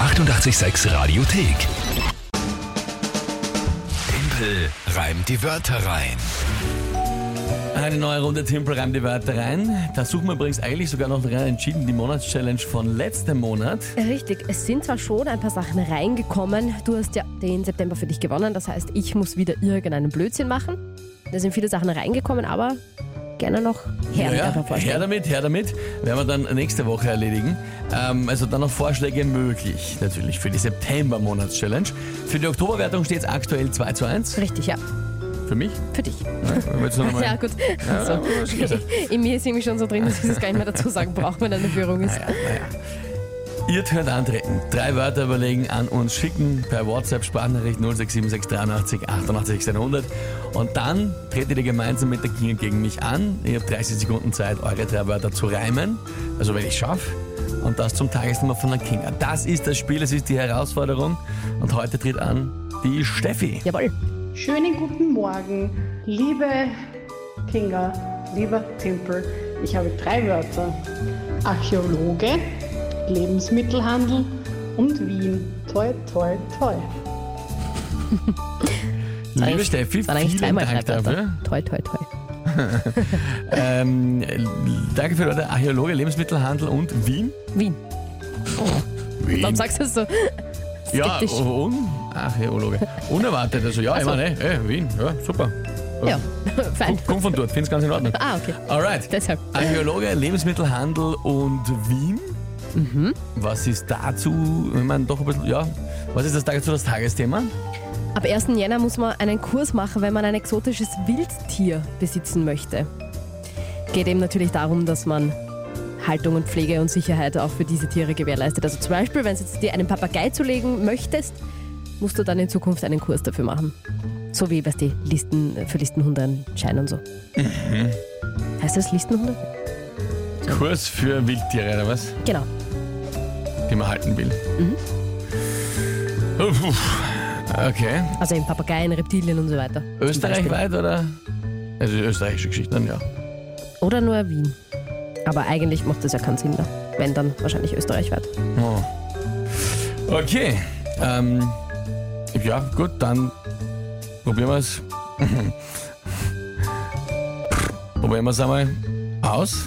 886 Radiothek. Tempel reimt die Wörter rein. Eine neue Runde Tempel reimt die Wörter rein. Da suchen wir übrigens eigentlich sogar noch rein entschieden die Monatschallenge von letztem Monat. Richtig, es sind zwar schon ein paar Sachen reingekommen. Du hast ja den September für dich gewonnen. Das heißt, ich muss wieder irgendeinen Blödsinn machen. Da sind viele Sachen reingekommen, aber gerne noch her mit ein paar Vorschlägen. Her damit. Werden wir dann nächste Woche erledigen. Also dann noch Vorschläge möglich, natürlich, für die September-Monatschallenge. Für die Oktoberwertung steht es aktuell 2:1. Richtig, ja. Für mich? Für dich. Ja, gut. So. In mir ist nämlich schon so drin, dass ich das gar nicht mehr dazu sagen brauche, wenn eine Führung ist. Ihr könnt antreten. 3 Wörter überlegen, an uns schicken per WhatsApp Sprachnachricht 0676 88 100 und dann tretet ihr gemeinsam mit der Kinga gegen mich an. Ihr habt 30 Sekunden Zeit, eure 3 Wörter zu reimen, also wenn ich schaffe, und das zum Tagesthema von der Kinga. Das ist das Spiel, das ist die Herausforderung und heute tritt an die Steffi. Jawohl. Schönen guten Morgen, liebe Kinga, lieber Tempel. Ich habe 3 Wörter. Archäologe, Lebensmittelhandel und Wien. Toi, toi, toi. Liebe Steffi, vielen Dank dafür. Toi, toi, toi. Danke für eure Archäologe, Lebensmittelhandel und Wien. Wien. Wien. Dann sagst du es so. Ja, Archäologe. Unerwartet, also ja, ich meine, Wien, ja, super. Ja, fein. Komm von dort, finde es ganz in Ordnung. Ah, okay. Alright. Deshalb. Archäologe, Lebensmittelhandel und Wien. Mhm. Was ist dazu, ich meine, doch ein bisschen, ja, was ist das Tagesthema? Ab 1. Jänner muss man einen Kurs machen, wenn man ein exotisches Wildtier besitzen möchte. Geht eben natürlich darum, dass man Haltung und Pflege und Sicherheit auch für diese Tiere gewährleistet. Also zum Beispiel, wenn du jetzt dir einen Papagei zulegen möchtest, musst du dann in Zukunft einen Kurs dafür machen. So wie, weißt du, für Listenhunde einen Schein und so. Mhm. Heißt das Listenhunde? So. Kurs für Wildtiere, oder was? Genau. Die man halten will. Mhm. Okay. Also in Papageien, Reptilien und so weiter. Österreichweit oder? Also österreichische Geschichten, ja. Oder nur Wien. Aber eigentlich macht das ja keinen Sinn da. Wenn, dann wahrscheinlich österreichweit. Oh. Okay. Ja, gut, dann probieren wir es. Probieren wir es einmal aus.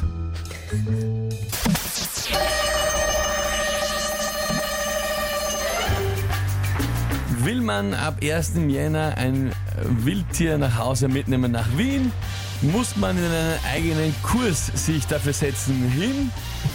Will man ab 1. Jänner ein Wildtier nach Hause mitnehmen nach Wien, muss man in einen eigenen Kurs sich dafür setzen hin.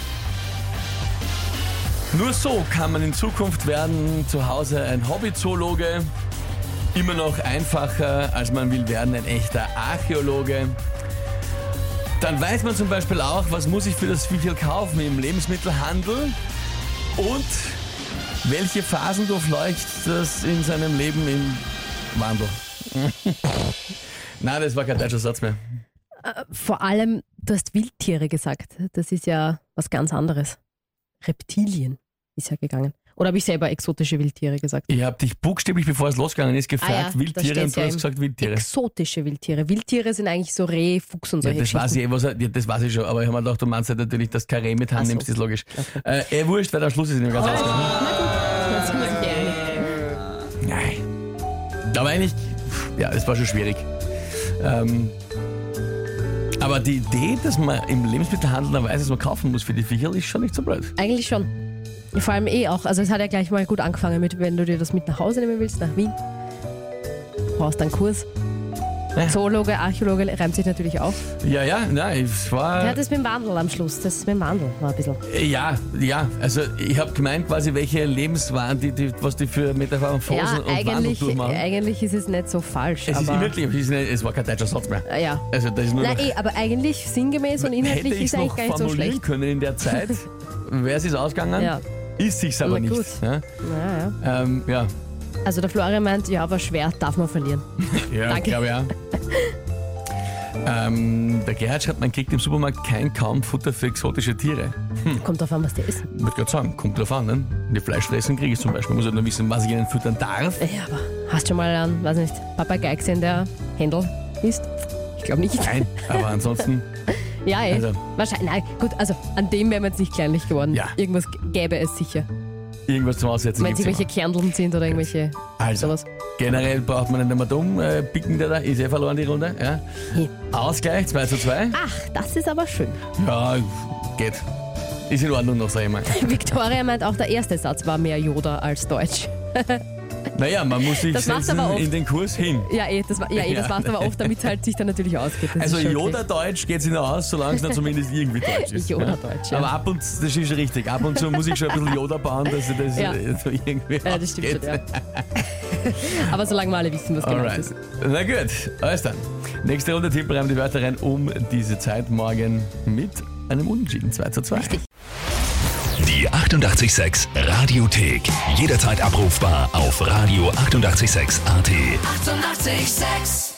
Nur so kann man in Zukunft werden, zu Hause ein Hobbyzoologe. Immer noch einfacher, als man will werden, ein echter Archäologe. Dann weiß man zum Beispiel auch, was muss ich für das Vieh kaufen im Lebensmittelhandel und welche Phasen durchleuchtet das in seinem Leben im Wandel. Nein, das war kein deutscher Satz mehr. Vor allem, du hast Wildtiere gesagt. Das ist ja was ganz anderes. Reptilien ist ja gegangen. Oder habe ich selber exotische Wildtiere gesagt? Ich habe dich buchstäblich, bevor es losgegangen ist, gefragt, Wildtiere, und du hast gesagt Wildtiere. Exotische Wildtiere. Wildtiere sind eigentlich so Reh, Fuchs und solche Geschichten. Das weiß ich schon, aber ich habe mir gedacht, du meinst halt natürlich, dass du Karree mit Hand nimmst, ist logisch. Okay. Wurscht, weil am Schluss ist nicht mehr ganz ausgegangen. Nein. Aber eigentlich, ja, es war schon schwierig. Aber die Idee, dass man im Lebensmittelhandel dann weiß, was man kaufen muss für die Viecher, ist schon nicht so blöd. Eigentlich schon. Vor allem auch. Also es hat ja gleich mal gut angefangen mit, wenn du dir das mit nach Hause nehmen willst, nach Wien. Brauchst einen Kurs. Ja. Zoologe, Archäologe reimt sich natürlich auf. Ja, nein, es war... Ja, das mit dem Wandel am Schluss. Das mit dem Wandel war ein bisschen... Ja, also ich habe gemeint quasi, welche Lebenswandel, was die für Metamorphosen und Wandel durchmachen. Eigentlich ist es nicht so falsch. Es ist inhaltlich, es war kein deutscher Satz mehr. Ja. Also das ist nur aber eigentlich sinngemäß und inhaltlich ist eigentlich gar nicht so schlecht. Hätte ich noch formulieren können in der Zeit, wäre es ausgegangen, ist sich's aber nicht. Gut. Ja. Also der Florian meint, ja, war schwer, darf man verlieren. Ja, ich glaube ja. Der Gerhard schreibt, man kriegt im Supermarkt kaum Futter für exotische Tiere. Kommt drauf an, was die essen. Ich würde gerade sagen, kommt drauf an. Ne? Wenn die Fleisch fressen, kriege ich zum Beispiel. Muss halt nur wissen, was ich ihnen füttern darf. Ja, aber hast du schon mal einen, weiß nicht, Papagei gesehen, der Händel isst? Ich glaube nicht. Nein, aber ansonsten... Ja, wahrscheinlich. Nein, gut, also an dem wären wir jetzt nicht kleinlich geworden. Ja. Irgendwas gäbe es sicher. irgendwas zum Aussetzen Wenn es gibt's irgendwelche Kerneln sind oder irgendwelche Also, sowas. generell braucht man nicht mehr dumm. Picken der da, ist verloren die Runde. Ja. Hey. Ausgleich 2:2. Ach, das ist aber schön. Ja, geht. Ist in Ordnung noch, sag ich mal. Victoria meint auch, der erste Satz war mehr Yoda als Deutsch. Naja, man muss sich Das machst setzen du aber oft. in den Kurs hin. Das machst du aber oft, damit es halt sich dann natürlich ausgeht. Das Also ist schon Yoda-Deutsch geht sich noch aus, solange es dann zumindest irgendwie Deutsch ist. Yoda-Deutsch, ja. Aber das ist schon richtig. Ab und zu muss ich schon ein bisschen Yoda bauen, dass ich das Ja. so irgendwie Ja, das stimmt ausgeht. schon, ja. Aber solange wir alle wissen, was gemeint Alright. ist. Na gut, alles dann. Nächste Runde Tipp, reimen die Wörter rein um diese Zeit morgen mit einem Unentschieden 2:2. Die 88,6 Radiothek. Jederzeit abrufbar auf radio886.at. 88,6. Eighty-eight, sex.